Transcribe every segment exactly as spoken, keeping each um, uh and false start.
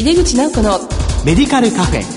井出口直子のメディカルカフェ。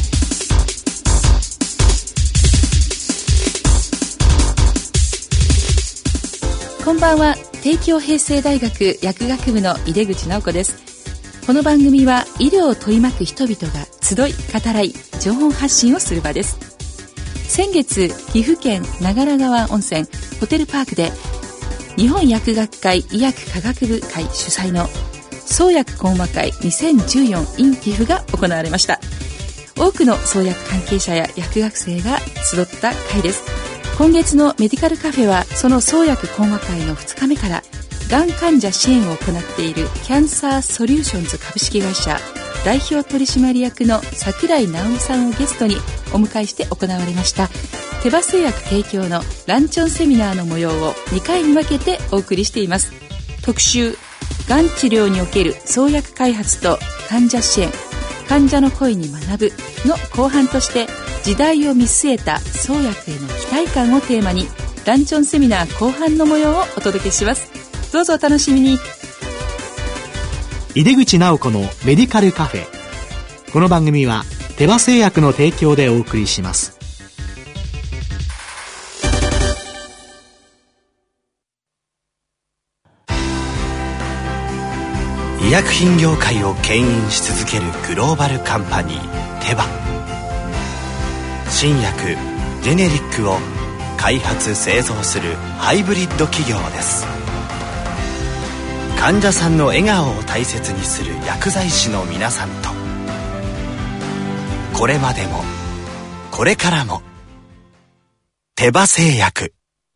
こんばんは。帝京平成大学薬学部の井出口直子です。この番組は医療を取り巻く人々が集い語らい情報発信をする場です。先月、岐阜県長良川温泉ホテルパークで日本薬学会医薬科学部会主催の創薬講話会にせんじゅうよん in 岐阜が行われました。多くの創薬関係者や薬学生が集った会です。今月のメディカルカフェはその創薬講話会のふつかめからがん患者支援を行っているキャンサーソリューションズ株式会社代表取締役の櫻井直美さんをゲストにお迎えして行われました手羽製薬提供のランチョンセミナーの模様をにかいに分けてお送りしています。特集がん治療における創薬開発と患者支援、患者の声に学ぶの後半として時代を見据えた創薬への期待感をテーマにランチョンセミナー後半の模様をお届けします。どうぞお楽しみに。 井出口直子のメディカルカフェ。この番組は手羽製薬の提供でお送りします。 医薬品業界を牽引し続けるグローバルカンパニーテバ。新薬ジェネリックを開発製造するハイブリッド企業です。患者さんの笑顔を大切にする薬剤師の皆さんと、これまでもこれからも手羽製薬。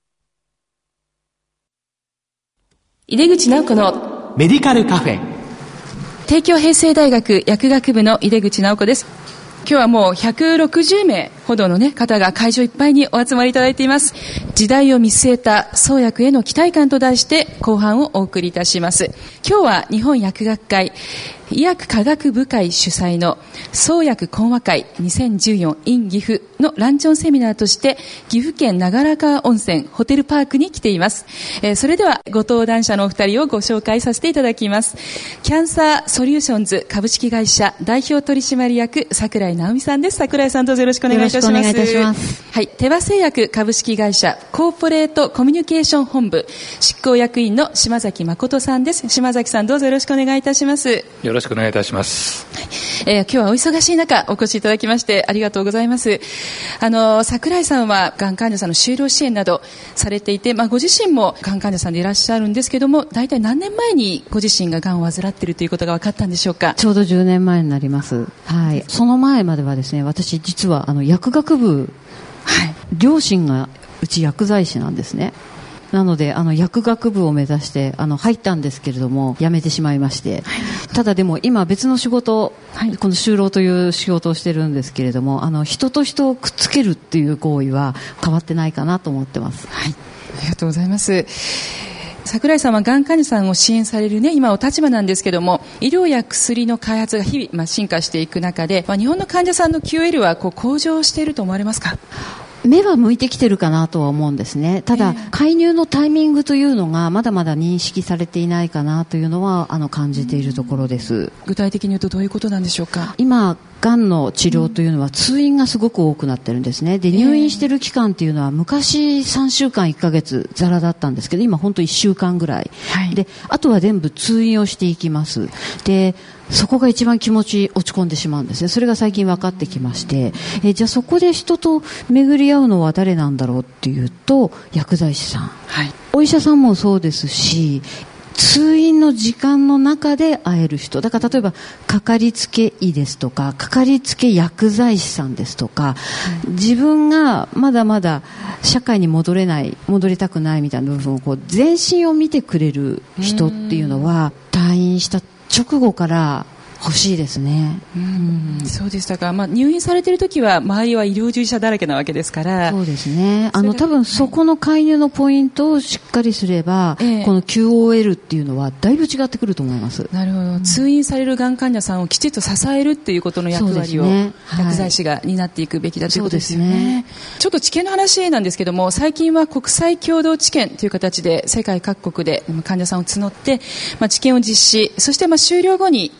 井出口直子のメディカルカフェ。 帝京平成大学薬学部の井出口直子です。今日はもうひゃくろくじゅうめいほどの、ね、方が会場いっぱいにお集まりいただいています。時代を見据えた創薬への期待感と題して後半をお送りいたします。今日は日本薬学会医薬科学部会主催の創薬講話会にせんじゅうよん in 岐阜のランチョンセミナーとして岐阜県長良川温泉ホテルパークに来ています。えー、それではご登壇者のお二人をご紹介させていただきます。キャンサーソリューションズ株式会社代表取締役櫻井直美さんです。櫻井さん、どうぞよろしくお願いいたします。 よろしくお願いいたします。 はい、手羽製薬株式会社コーポレートコミュニケーション本部執行役員の島崎誠さんです。島崎さん、どうぞよろしくお願いいたします。 よろしくお願いいたします。 はい、えー、今日はお忙しい中お越しいただきましてありがとうございます。あの櫻井さんはがん患者さんの就労支援などされていて、まあ、ご自身もがん患者さんでいらっしゃるんですけども、大体何年前にご自身ががんを患っているということが分かったんでしょうか。 ちょうどじゅうねんまえになります。はい、その前まではですね、私実はあの薬学部、はい、両親がうち薬剤師なんですね。なのであの薬学部を目指してあの入ったんですけれども辞めてしまいまして、はい、ただでも今別の仕事、はい、この就労という仕事をしてるんですけれども、あの人と人をくっつけるっていう行為は変わってないかなと思ってます。 はい、ありがとうございます。櫻井さんはがん患者さんを支援される、ね、今お立場なんですけども、医療や薬の開発が日々、まあ、進化していく中で、まあ、日本の患者さんの キューエル はこう向上していると思われますか。 目は向いてきてるかなとは思うんですね。ただ、えー、介入のタイミングというのがまだまだ認識されていないかなというのはあの感じているところです。 具体的に言うとどういうことなんでしょうか。 今がんの治療というのは通院がすごく多くなってるんですね。で、入院してる期間っていうのは昔さんしゅうかんいっかげつザラだったんですけど、今本当いっしゅうかんぐらい、はい、であとは全部通院をしていきます。でそこが一番気持ち落ち込んでしまうんですね。それが最近分かってきまして、えじゃあそこで人と巡り合うのは誰なんだろうっていうと薬剤師さん、はい、お医者さんもそうですし、通院の時間の中で会える人だから、例えばかかりつけ医ですとかかかりつけ薬剤師さんですとか、はい、自分がまだまだ社会に戻れない戻りたくないみたいな部分をこう全身を見てくれる人っていうのは退院した直後から欲しいですね。 うん、そうでしたか。まあ、入院されている時は周りは医療従事者だらけなわけですから。 そうですね。あの多分そこの介入のポイントをしっかりすれば、はい、この キューオーエル っていうのはだいぶ違ってくると思います。 なるほど、うん、通院されるがん患者さんをきちっと支えるっていうことの役割を、ね、はい、薬剤師が担っていくべきだということですよね。ちょっと治験の話なんですけども、最近は国際共同治験という形で世界各国で患者さんを募って、まあ、治験を実施、そしてまあ終了後に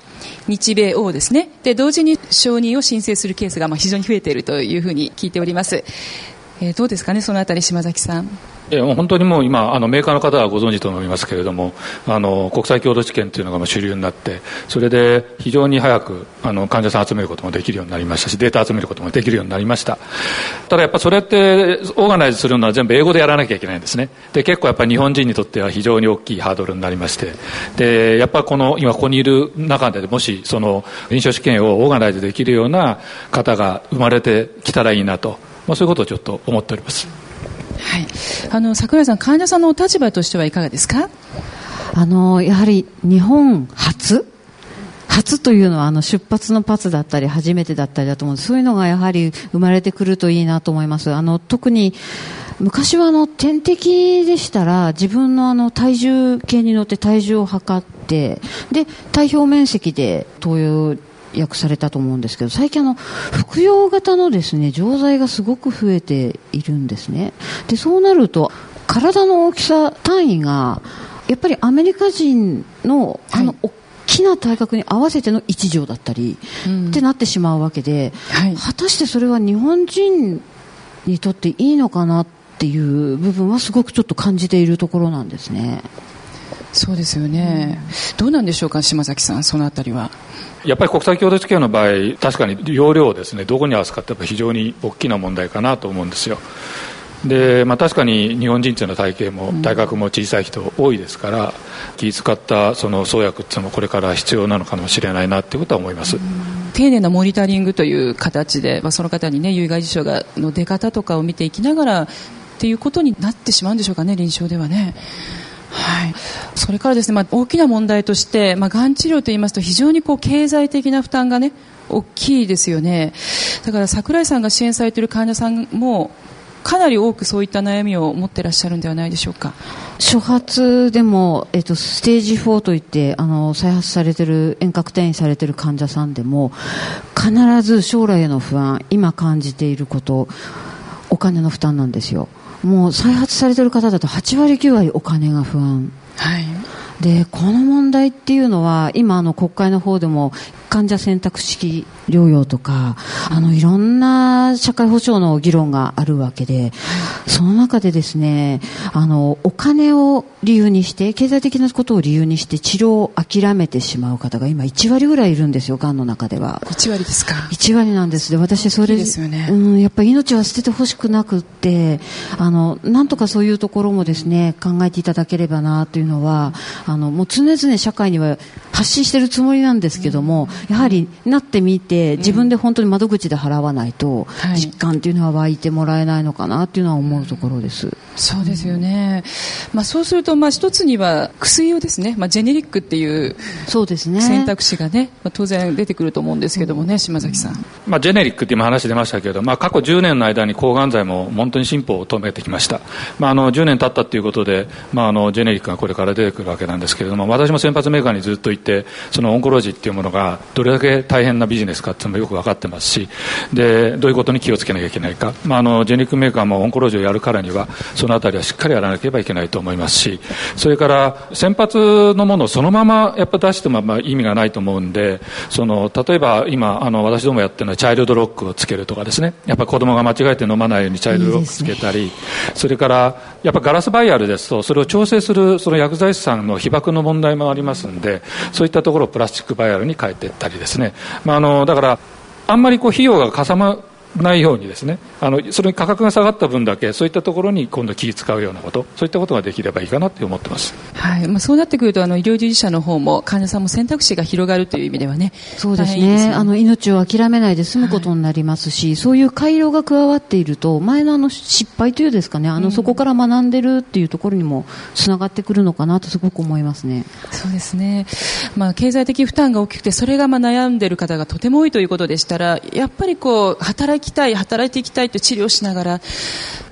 日米欧ですね。で、同時に承認を申請するケースがまあ非常に増えているというふうに聞いております。えー、どうですかね、そのあたり島崎さん。 えー、本当にもう今あのメーカーの方はご存知と思いますけれども、あの国際共同治験というのがもう主流になって、それで非常に早くあの患者さん集めることもできるようになりましたし、データ集めることもできるようになりました。ただやっぱそれってオーガナイズするのは全部英語でやらなきゃいけないんですね。で、結構やっぱり日本人にとっては非常に大きいハードルになりまして、でやっぱこの今ここにいる中でもしその臨床試験をオーガナイズできるような方が生まれてきたらいいなと、まあ、そういうことをちょっと思っております。 はい、あの櫻井さん、患者さんのお立場としてはいかがですか。 あのやはり日本初初というのはあの出発のパスだったり初めてだったりだと思うので、そういうのがやはり生まれてくるといいなと思います。あの特に昔はあの点滴でしたら自分のあの体重計に乗って体重を測って、で体表面積で投与訳されたと思うんですけど、最近あの服用型のですね錠剤がすごく増えているんですね。でそうなると体の大きさ単位がやっぱりアメリカ人のあの大きな体格に合わせてのいち錠だったり、うん、ってなってしまうわけで、はい、果たしてそれは日本人にとっていいのかなっていう部分はすごくちょっと感じているところなんですね。 そうですよね、うん、どうなんでしょうか島崎さん、そのあたりは。 やっぱり国際共同治験の場合、確かに容量をですねどこに合わすかってやっぱ非常に大きな問題かなと思うんですよ。で、まあ、確かに日本人というのは体型も体格も小さい人多いですから、うん、気使ったその創薬っていうのもこれから必要なのかもしれないなということは思います。うん、 丁寧なモニタリングという形で、まあ、その方に、ね、有害事象がの出方とかを見ていきながらっていうことになってしまうんでしょうかね、臨床ではね。はい、それからですね、まあ、大きな問題として、まあ、がん治療といいますと非常にこう経済的な負担が、ね、大きいですよね。だから櫻井さんが支援されている患者さんもかなり多くそういった悩みを持っていらっしゃるんではないでしょうか。 初発でも、えっと、ステージフォーといってあの再発されている遠隔転移されている患者さんでも必ず将来への不安、今感じていること、お金の負担なんですよ。もう再発されている方だとはちわりきゅうわりお金が不安、はい、でこの問題っていうのは今あの国会の方でも患者選択式療養とかあのいろんな社会保障の議論があるわけで、その中でですねあのお金を理由にして経済的なことを理由にして治療を諦めてしまう方が今いちわりぐらいいるんですよ、がんの中では。 いちわりですか。 いちわりなんです。で私それですよね、うん、やっぱり命は捨ててほしくなくってあのなんとかそういうところもですね考えていただければなというのはあのもう常々社会には発信しているつもりなんですけども、うん、やはりなってみて自分で本当に窓口で払わないと実感というのは湧いてもらえないのかなというのは思うところです。 そうですよね、まあ、そうするとまあ一つには薬をですね、まあ、ジェネリックっていう選択肢がね、まあ、当然出てくると思うんですけどもね、島崎さん、 まあ、ジェネリックって今話出ましたけど、まあ、過去じゅうねんの間に抗がん剤も本当に進歩を遂げてきました。まあ、あのじゅうねん経ったということで、まあ、あのジェネリックがこれから出てくるわけなんですけれども、私も先発メーカーにずっといてそのオンコロジーっていうものがどれだけ大変なビジネスかっていうのもよく分かってますし、でどういうことに気をつけなきゃいけないか、まあ、あのジェネリックメーカーもオンコロジーをやるからにはそのあたりはしっかりやらなければいけないと思いますし、それから先発のものをそのままやっぱ出してもまあ意味がないと思うんで、その例えば今あの私どもやってるのはチャイルドロックをつけるとかですね、やっぱり子供が間違えて飲まないようにチャイルドロックつけたり、いいですね、それからやっぱガラスバイアルですとそれを調整するその薬剤師さんの被曝の問題もありますんで、そういったところをプラスチックバイアルに変えていったりですね、まあ、あのだからあんまりこう費用がかさまないようにですね、あのそれに価格が下がった分だけそういったところに今度気を使うようなこと、そういったことができればいいかなと思ってます。 はい、まあ、そうなってくるとあの医療従事者の方も患者さんも選択肢が広がるという意味ではね、 そうです ね, ですねあの命を諦めないで済むことになりますし、はい、そういう改良が加わっていると前のあの失敗というですかね、あの、うん、そこから学んでるっていうところにもつながってくるのかなとすごく思いますね。 そうですね、まあ、経済的負担が大きくてそれがまあ悩んでいる方がとても多いということでしたら、やっぱりこう働きたい働いていきたいと治療しながら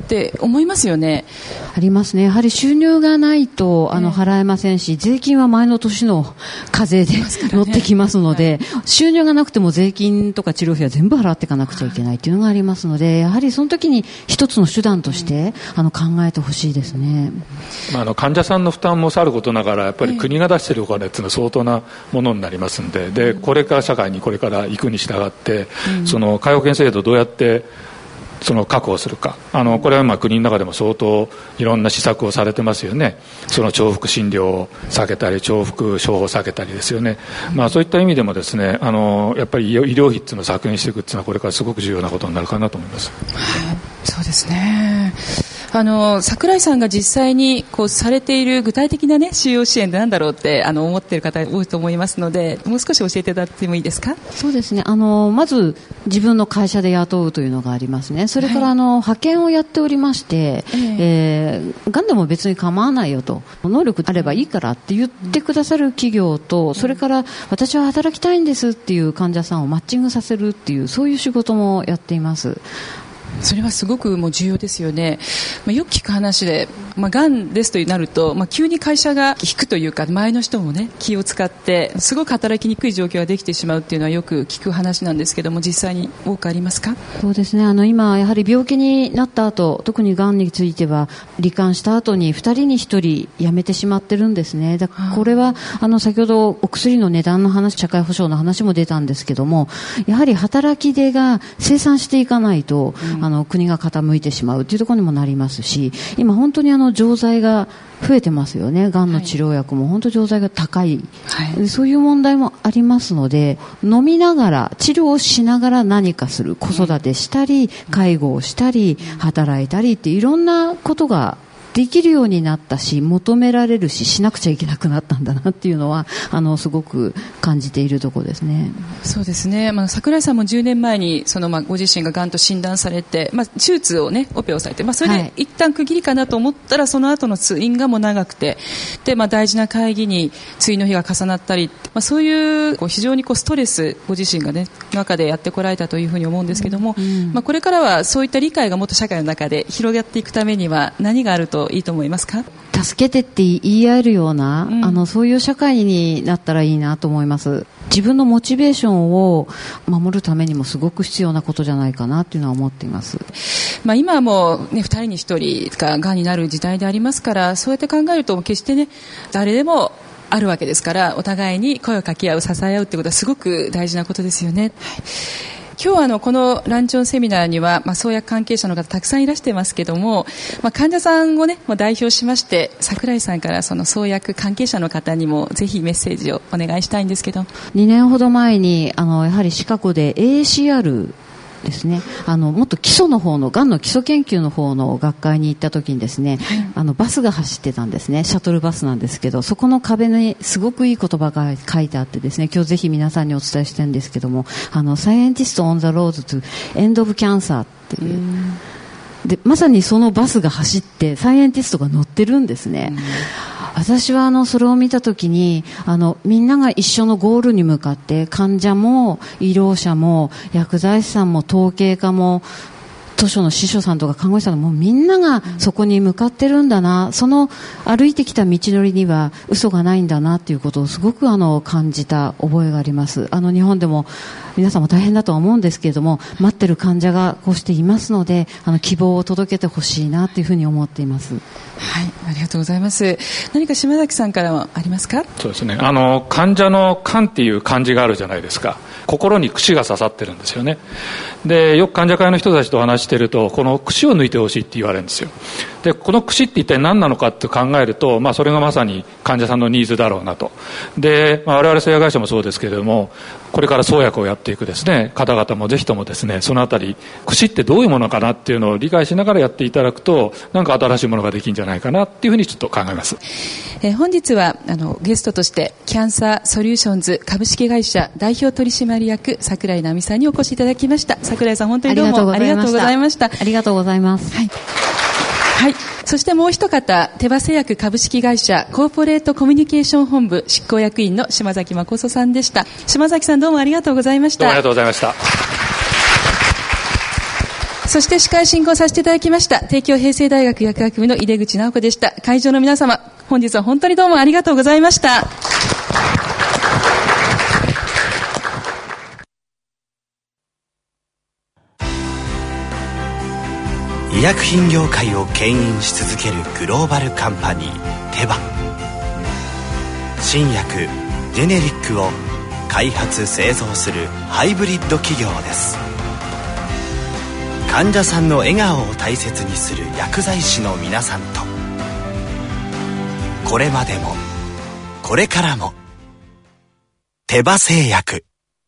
って思いますよね。 ありますね。やはり収入がないとあの払えませんし、税金は前の年の課税で乗ってきますので、収入がなくても税金とか治療費は全部払っていかなくちゃいけないというのがありますので、やはりその時に一つの手段としてあの考えてほしいですね。 まあ、あの患者さんの負担もさることながら、やっぱり国が出しているお金っていうのは相当なものになりますので、でこれから社会にこれから行くに従って、その介護保険制度をどうやってその確保するか、あのこれは今国の中でも相当いろんな施策をされてますよね。その重複診療を避けたり重複処方を避けたりですよね。まあ、そういった意味でもですね、あのやっぱり医療費っていうのを削減していくっていうのはこれからすごく重要なことになるかなと思います。 はい、そうですね。あの櫻井さんが実際にこうされている具体的な、ね、就労支援って何だろうってあの思っている方多いと思いますので、もう少し教えていただいてもいいですか。 そうですね。あのまず自分の会社で雇うというのがありますね。それから、はい、あの派遣をやっておりまして、えーえー、がんでも別に構わないよと、能力あればいいからって言ってくださる企業と、それから私は働きたいんですっていう患者さんをマッチングさせるっていう、そういう仕事もやっています。 それはすごくもう重要ですよね。まあ、よく聞く話で、まあ、がんですとなると、まあ、急に会社が引くというか、前の人も、ね、気を使ってすごく働きにくい状況ができてしまうっていうのはよく聞く話なんですけども、実際に多くありますか。 そうですね。あの今やはり病気になった後、特にがんについては罹患した後にふたりにひとり辞めてしまってるんですね。だからこれはあの先ほどお薬の値段の話、社会保障の話も出たんですけども、やはり働き手が生産していかないと、うん、あの国が傾いてしまうというところにもなりますし、今本当にあの錠剤が増えてますよね。がんの治療薬も本当錠剤が高い、はい、そういう問題もありますので、飲みながら治療をしながら何かする、子育てしたり介護をしたり働いたりっていろんなことができるようになったし、求められるし、しなくちゃいけなくなったんだなっていうのはあのすごく感じているところですね。 そうですね。まあ、櫻井さんもじゅうねんまえにその、まあ、ご自身ががんと診断されて、まあ、手術を、ね、オペをされて、まあ、それで一旦区切りかなと思ったら、はい、その後の通院がもう長くて、で、まあ、大事な会議に通院の日が重なったり、まあ、そういう、こう非常にこうストレスご自身が、ね、中でやってこられたというふうに思うんですけども、うんうん、まあ、これからはそういった理解がもっと社会の中で広がっていくためには何があるといいと思いますか。 助けてって言い合えるような、うん、あのそういう社会になったらいいなと思います。自分のモチベーションを守るためにもすごく必要なことじゃないかなというのは思っています。 まあ、今はもう、ね、ふたりにひとりががんになる時代でありますから、そうやって考えると決して、ね、誰でもあるわけですから、お互いに声を掛け合う、支え合うということはすごく大事なことですよね。はい、今日はあのこのランチョンセミナーには、まあ、創薬関係者の方たくさんいらしてますけども、まあ、患者さんを、ね、代表しまして櫻井さんからその創薬関係者の方にもぜひメッセージをお願いしたいんですけど。 にねんほど前にあのやはりシカゴで エーエーシーアールですね、あのもっと基礎の方のがんの基礎研究の方の学会に行った時にですね、あのバスが走ってたんですね。シャトルバスなんですけど、そこの壁にすごくいい言葉が書いてあってですね、今日ぜひ皆さんにお伝えしたいんですけども、あのサイエンティストオンザロードトゥエンドオブキャンサーっていう、でまさにそのバスが走ってサイエンティストが乗ってるんですね。私はあのそれを見たときに、あのみんなが一緒のゴールに向かって、患者も医療者も薬剤師さんも統計家も図書の司書さんとか看護師さんもみんながそこに向かってるんだな、その歩いてきた道のりには嘘がないんだなということをすごくあの感じた覚えがあります。あの日本でも皆さんも大変だとは思うんですけれども、待ってる患者がこうしていますので、あの希望を届けてほしいなというふうに思っています。 はい、ありがとうございます。何か島崎さんからはありますか。 そうですね、あの患者の患っていう漢字があるじゃないですか。心に串が刺さってるんですよね。でよく患者会の人たちとお話していると、この串を抜いてほしいって言われるんですよ。でこの串って一体何なのかって考えると、まあ、それがまさに患者さんのニーズだろうなと。で、まあ、我々製薬会社もそうですけれども、これから創薬をやっていくですね方々もぜひともですね、そのあたり串ってどういうものかなっていうのを理解しながらやっていただくと、なんか新しいものができるんじゃないかなっていうふうにちょっと考えます。 えー、本日はあのゲストとしてキャンサーソリューションズ株式会社代表取締役櫻井直美さんにお越しいただきました。櫻井さん、本当にどうもありがとうございました。 ありがとうございます。 はいはい、そしてもう一方、手羽製薬株式会社コーポレートコミュニケーション本部執行役員の島崎誠さんでした。島崎さん、どうもありがとうございました。 どうもありがとうございました。 そして司会進行させていただきました帝京平成大学薬学部の井出口直子でした。会場の皆様、本日は本当にどうもありがとうございました。 医薬品業界を牽引し続けるグローバルカンパニーテバ、新薬ジェネリックを開発製造するハイブリッド企業です。患者さんの笑顔を大切にする薬剤師の皆さんと、これまでもこれからもテバ製薬。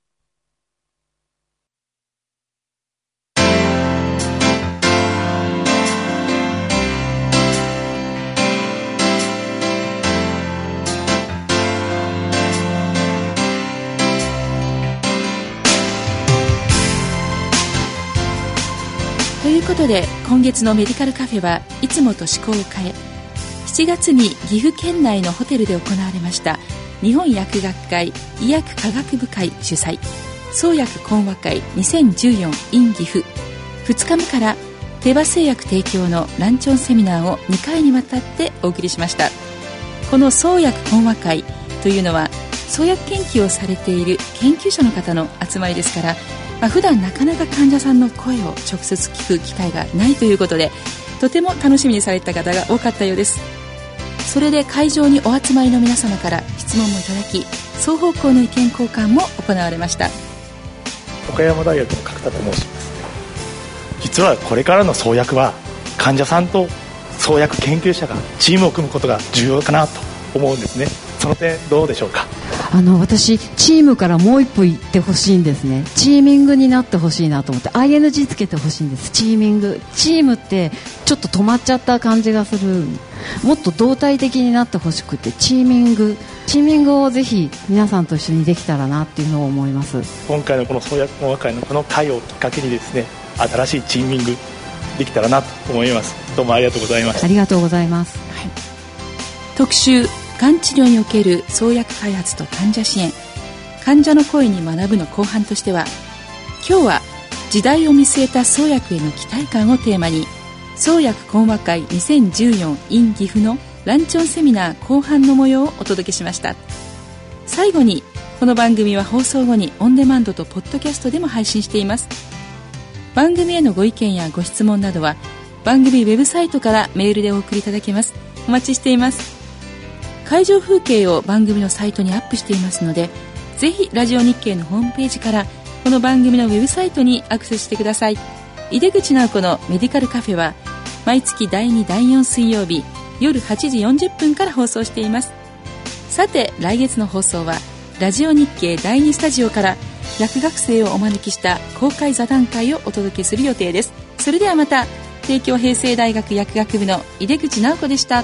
ということで、今月のメディカルカフェはいつもと趣向を変え、しちがつに岐阜県内のホテルで行われました日本薬学会医薬科学部会主催創薬講話会にせんじゅうよん in 岐阜、ふつかめからテバ製薬提供のランチョンセミナーをにかいにわたってお送りしました。この創薬講話会というのは創薬研究をされている研究者の方の集まりですから、まあ、普段なかなか患者さんの声を直接聞く機会がないということで、とても楽しみにされた方が多かったようです。それで会場にお集まりの皆様から質問もいただき、双方向の意見交換も行われました。 岡山大学の角田と申します。実はこれからの創薬は患者さんと創薬研究者がチームを組むことが重要かなと思うんですね。その点どうでしょうか。 あの私チームからもう一歩行ってほしいんですね。チーミングになってほしいなと思って アイエヌジー つけてほしいんです。チーミング、チームってちょっと止まっちゃった感じがする。もっと動体的になってほしくて、チーミングチーミングをぜひ皆さんと一緒にできたらなっていうのを思います。 今回のこの創薬講話会のこの会をきっかけにですね、新しいチーミングできたらなと思います。どうもありがとうございました。 ありがとうございます、 はい、特集がん治療における創薬開発と患者支援、患者の声に学ぶの後半としては、今日は時代を見据えた創薬への期待感をテーマに、創薬講話会にせんじゅうよん in 岐阜のランチョンセミナー後半の模様をお届けしました。最後に、この番組は放送後にオンデマンドとポッドキャストでも配信しています。番組へのご意見やご質問などは番組ウェブサイトからメールでお送りいただけます。お待ちしています。会場風景を番組のサイトにアップしていますので、ぜひラジオ日経のホームページからこの番組のウェブサイトにアクセスしてください。井出口直子のメディカルカフェは毎月だいにだいよん水曜日夜はちじよんじゅっぷんから放送しています。さて、来月の放送はラジオ日経だいにスタジオから薬学生をお招きした公開座談会をお届けする予定です。それではまた。帝京平成大学薬学部の井出口直子でした。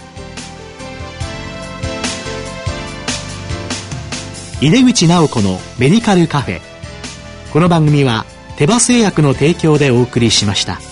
井出口直子のメディカルカフェ。この番組はテバ製薬の提供でお送りしました。